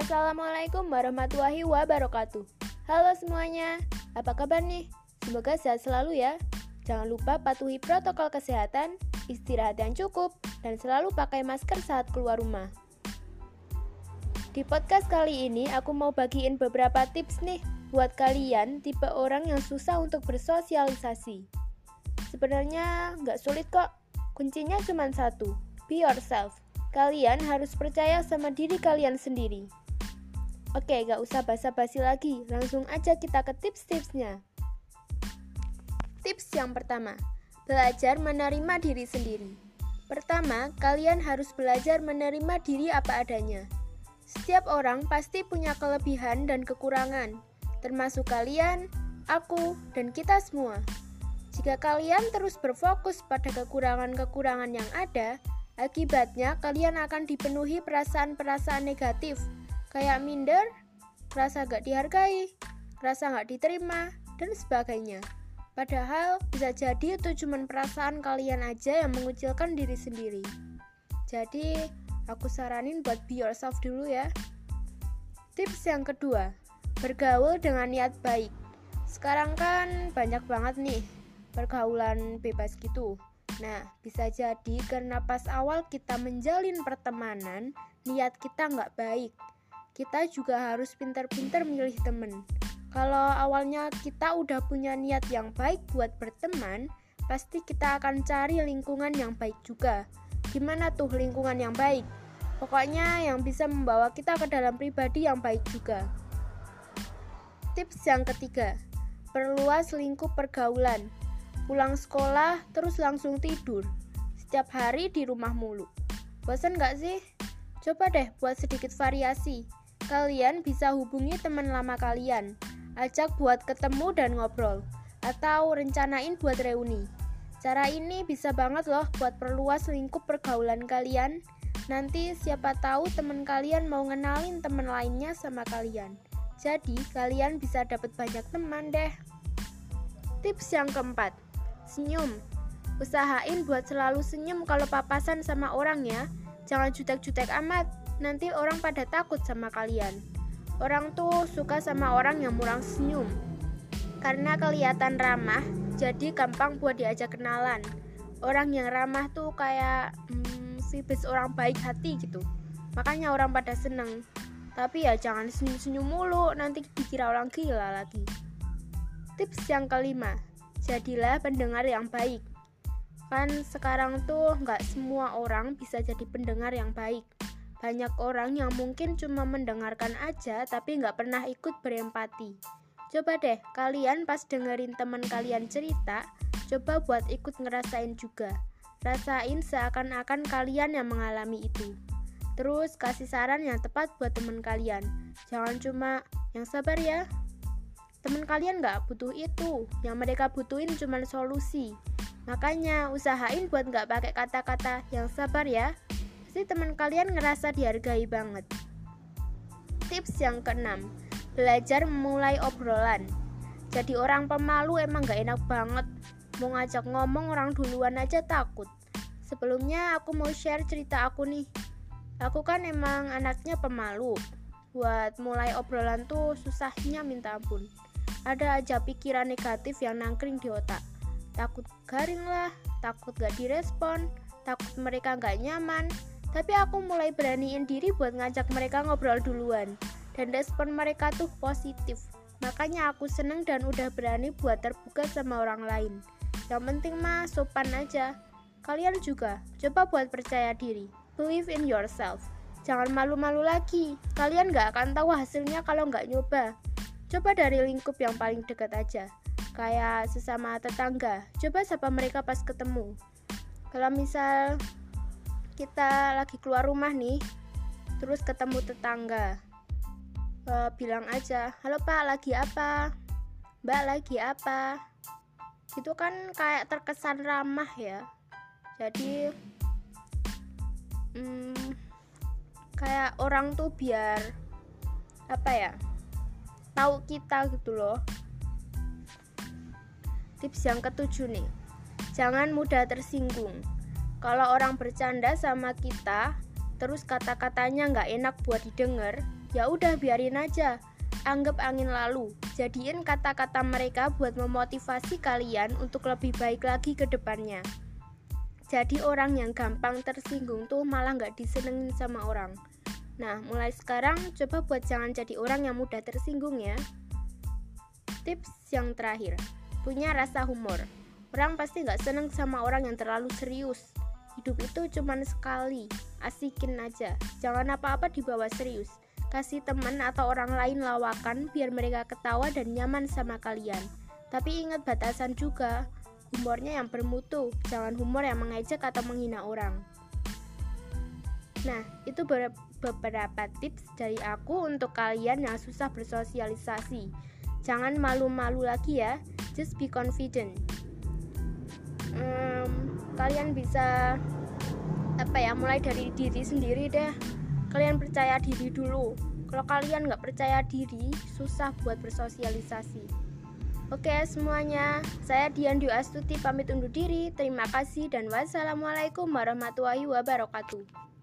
Assalamualaikum warahmatullahi wabarakatuh. Halo semuanya, apa kabar nih? Semoga sehat selalu ya. Jangan lupa patuhi protokol kesehatan, istirahat yang cukup, dan selalu pakai masker saat keluar rumah. Di podcast kali ini aku mau bagiin beberapa tips nih buat kalian tipe orang yang susah untuk bersosialisasi. Sebenarnya nggak sulit kok, kuncinya cuma satu, be yourself. Kalian harus percaya sama diri kalian sendiri. Oke, gak usah basa-basi lagi, langsung aja kita ke tips-tipsnya. Tips yang pertama, belajar menerima diri sendiri. Pertama, kalian harus belajar menerima diri apa adanya. Setiap orang pasti punya kelebihan dan kekurangan, termasuk kalian, aku, dan kita semua. Jika kalian terus berfokus pada kekurangan-kekurangan yang ada, akibatnya kalian akan dipenuhi perasaan-perasaan negatif, kayak minder, rasa gak dihargai, rasa gak diterima, dan sebagainya. Padahal bisa jadi itu cuma perasaan kalian aja yang mengucilkan diri sendiri. Jadi aku saranin buat be yourself dulu ya. Tips yang kedua, bergaul dengan niat baik. Sekarang kan banyak banget nih pergaulan bebas gitu. Nah, bisa jadi karena pas awal kita menjalin pertemanan, niat kita nggak baik. Kita juga harus pintar-pintar milih teman. Kalau awalnya kita udah punya niat yang baik buat berteman, pasti kita akan cari lingkungan yang baik juga. Gimana tuh lingkungan yang baik? Pokoknya yang bisa membawa kita ke dalam pribadi yang baik juga. Tips yang ketiga, perluas lingkup pergaulan. Pulang sekolah, terus langsung tidur. Setiap hari di rumah mulu. Bosan gak sih? Coba deh buat sedikit variasi. Kalian bisa hubungi teman lama kalian. Ajak buat ketemu dan ngobrol. Atau rencanain buat reuni. Cara ini bisa banget loh buat perluas lingkup pergaulan kalian. Nanti siapa tahu teman kalian mau ngenalin teman lainnya sama kalian. Jadi kalian bisa dapat banyak teman deh. Tips yang keempat, senyum. Usahain buat selalu senyum kalau papasan sama orang ya. Jangan jutek-jutek amat, nanti orang pada takut sama kalian. Orang tuh suka sama orang yang murah senyum. Karena kelihatan ramah, jadi gampang buat diajak kenalan. Orang yang ramah tuh kayak vibes orang baik hati gitu. Makanya orang pada seneng. Tapi ya jangan senyum-senyum mulu, nanti dikira orang gila lagi. Tips yang kelima, jadilah pendengar yang baik. Kan sekarang tuh gak semua orang bisa jadi pendengar yang baik. Banyak orang yang mungkin cuma mendengarkan aja tapi gak pernah ikut berempati. Coba deh kalian pas dengerin teman kalian cerita, coba buat ikut ngerasain juga. Rasain seakan-akan kalian yang mengalami itu. Terus kasih saran yang tepat buat teman kalian. Jangan cuma yang sabar ya. Teman kalian gak butuh itu, yang mereka butuhin cuma solusi. Makanya usahain buat gak pakai kata-kata yang sabar ya. Pasti teman kalian ngerasa dihargai banget. Tips yang keenam, belajar memulai obrolan. Jadi orang pemalu emang gak enak banget. Mau ngajak ngomong orang duluan aja takut. Sebelumnya aku mau share cerita aku nih. Aku kan emang anaknya pemalu. Buat mulai obrolan tuh susahnya minta ampun. Ada aja pikiran negatif yang nangkring di otak. Takut garing lah, takut gak direspon, takut mereka gak nyaman. Tapi aku mulai beraniin diri buat ngajak mereka ngobrol duluan. Dan respon mereka tuh positif. Makanya aku seneng dan udah berani buat terbuka sama orang lain. Yang penting mah sopan aja. Kalian juga, coba buat percaya diri. Believe in yourself. Jangan malu-malu lagi. Kalian gak akan tahu hasilnya kalau gak nyoba. Coba dari lingkup yang paling dekat aja. Kayak sesama tetangga. Coba sapa mereka pas ketemu. Kalau misal kita lagi keluar rumah nih, terus ketemu tetangga, bilang aja, halo pak, lagi apa? Mbak, lagi apa? Itu kan kayak terkesan ramah ya. Jadi kayak orang tuh biar tahu kita gitu loh. Tips yang ketujuh nih, jangan mudah tersinggung. Kalau orang bercanda sama kita, terus kata-katanya gak enak buat didengar, Ya udah biarin aja. Anggap angin lalu. Jadiin kata-kata mereka buat memotivasi kalian untuk lebih baik lagi ke depannya. Jadi orang yang gampang tersinggung tuh malah gak disenengin sama orang. Nah, mulai sekarang coba buat jangan jadi orang yang mudah tersinggung ya. Tips yang terakhir, punya rasa humor. Orang pasti gak seneng sama orang yang terlalu serius. Hidup itu cuma sekali, asikin aja. Jangan apa-apa dibawa serius. Kasih teman atau orang lain lawakan biar mereka ketawa dan nyaman sama kalian. Tapi ingat batasan juga. Humornya yang bermutu, jangan humor yang mengejek atau menghina orang. Nah, itu beberapa tips dari aku untuk kalian yang susah bersosialisasi. Jangan malu-malu lagi ya, just be confident. Kalian bisa mulai dari diri sendiri deh. Kalian percaya diri dulu. Kalau kalian gak percaya diri, susah buat bersosialisasi. Oke semuanya, saya Dian Dwi Astuti pamit undur diri. Terima kasih dan wassalamualaikum warahmatullahi wabarakatuh.